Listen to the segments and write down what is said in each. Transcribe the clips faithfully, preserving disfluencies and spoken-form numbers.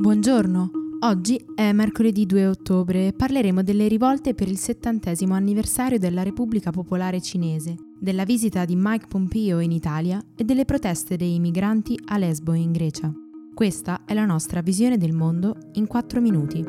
Buongiorno, oggi è mercoledì due ottobre e parleremo delle rivolte per il settantesimo anniversario della Repubblica Popolare Cinese, della visita di Mike Pompeo in Italia e delle proteste dei migranti a Lesbo in Grecia. Questa è la nostra visione del mondo in quattro minuti.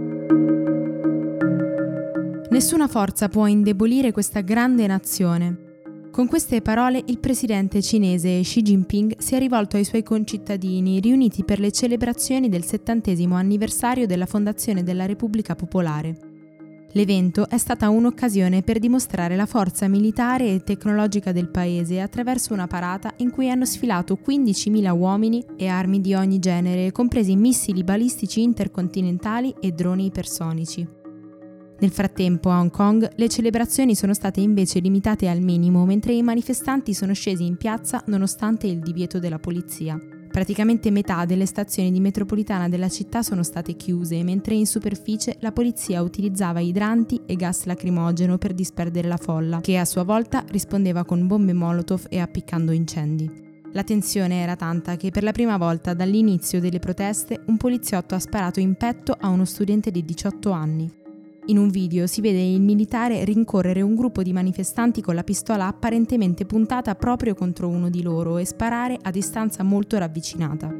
Nessuna forza può indebolire questa grande nazione. Con queste parole il presidente cinese Xi Jinping si è rivolto ai suoi concittadini riuniti per le celebrazioni del settantesimo anniversario della fondazione della Repubblica Popolare. L'evento è stata un'occasione per dimostrare la forza militare e tecnologica del paese attraverso una parata in cui hanno sfilato quindicimila uomini e armi di ogni genere, compresi missili balistici intercontinentali e droni ipersonici. Nel frattempo, a Hong Kong, le celebrazioni sono state invece limitate al minimo, mentre i manifestanti sono scesi in piazza nonostante il divieto della polizia. Praticamente metà delle stazioni di metropolitana della città sono state chiuse, mentre in superficie la polizia utilizzava idranti e gas lacrimogeno per disperdere la folla, che a sua volta rispondeva con bombe Molotov e appiccando incendi. La tensione era tanta che per la prima volta dall'inizio delle proteste un poliziotto ha sparato in petto a uno studente di diciotto anni. In un video si vede il militare rincorrere un gruppo di manifestanti con la pistola apparentemente puntata proprio contro uno di loro e sparare a distanza molto ravvicinata.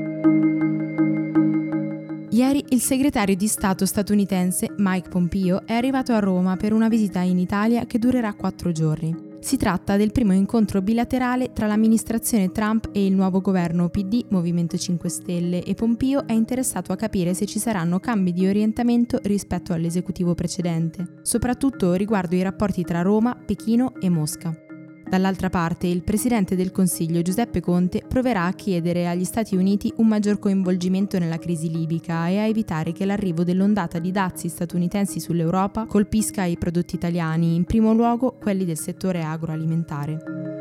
Ieri il segretario di Stato statunitense Mike Pompeo è arrivato a Roma per una visita in Italia che durerà quattro giorni. Si tratta del primo incontro bilaterale tra l'amministrazione Trump e il nuovo governo P D Movimento cinque Stelle e Pompeo è interessato a capire se ci saranno cambi di orientamento rispetto all'esecutivo precedente, soprattutto riguardo i rapporti tra Roma, Pechino e Mosca. Dall'altra parte, il presidente del Consiglio Giuseppe Conte proverà a chiedere agli Stati Uniti un maggior coinvolgimento nella crisi libica e a evitare che l'arrivo dell'ondata di dazi statunitensi sull'Europa colpisca i prodotti italiani, in primo luogo quelli del settore agroalimentare.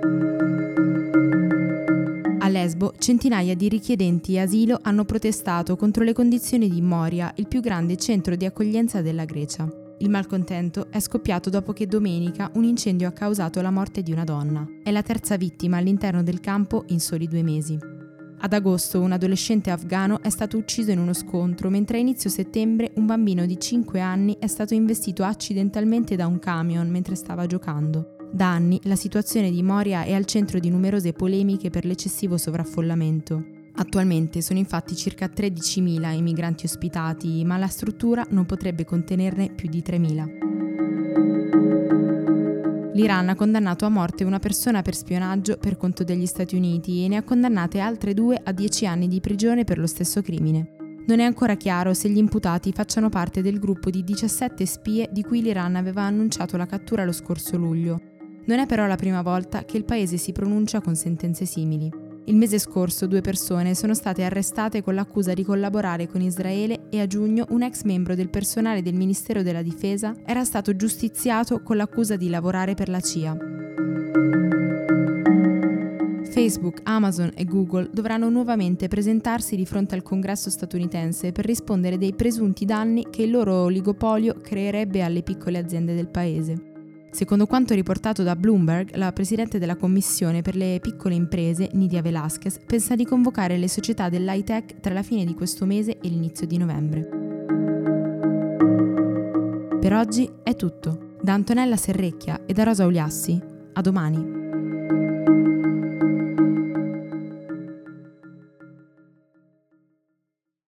A Lesbo, centinaia di richiedenti asilo hanno protestato contro le condizioni di Moria, il più grande centro di accoglienza della Grecia. Il malcontento è scoppiato dopo che domenica un incendio ha causato la morte di una donna. È la terza vittima all'interno del campo in soli due mesi. Ad agosto un adolescente afghano è stato ucciso in uno scontro, mentre a inizio settembre un bambino di cinque anni è stato investito accidentalmente da un camion mentre stava giocando. Da anni la situazione di Moria è al centro di numerose polemiche per l'eccessivo sovraffollamento. Attualmente sono infatti circa tredicimila i migranti ospitati, ma la struttura non potrebbe contenerne più di tremila. L'Iran ha condannato a morte una persona per spionaggio per conto degli Stati Uniti e ne ha condannate altre due a dieci anni di prigione per lo stesso crimine. Non è ancora chiaro se gli imputati facciano parte del gruppo di diciassette spie di cui l'Iran aveva annunciato la cattura lo scorso luglio. Non è però la prima volta che il paese si pronuncia con sentenze simili. Il mese scorso due persone sono state arrestate con l'accusa di collaborare con Israele e a giugno un ex membro del personale del Ministero della Difesa era stato giustiziato con l'accusa di lavorare per la C I A. Facebook, Amazon e Google dovranno nuovamente presentarsi di fronte al Congresso statunitense per rispondere dei presunti danni che il loro oligopolio creerebbe alle piccole aziende del paese. Secondo quanto riportato da Bloomberg, la presidente della Commissione per le piccole imprese, Nydia Velázquez, pensa di convocare le società dell'high tech tra la fine di questo mese e l'inizio di novembre. Per oggi è tutto. Da Antonella Serrecchia e da Rosa Uliassi, a domani.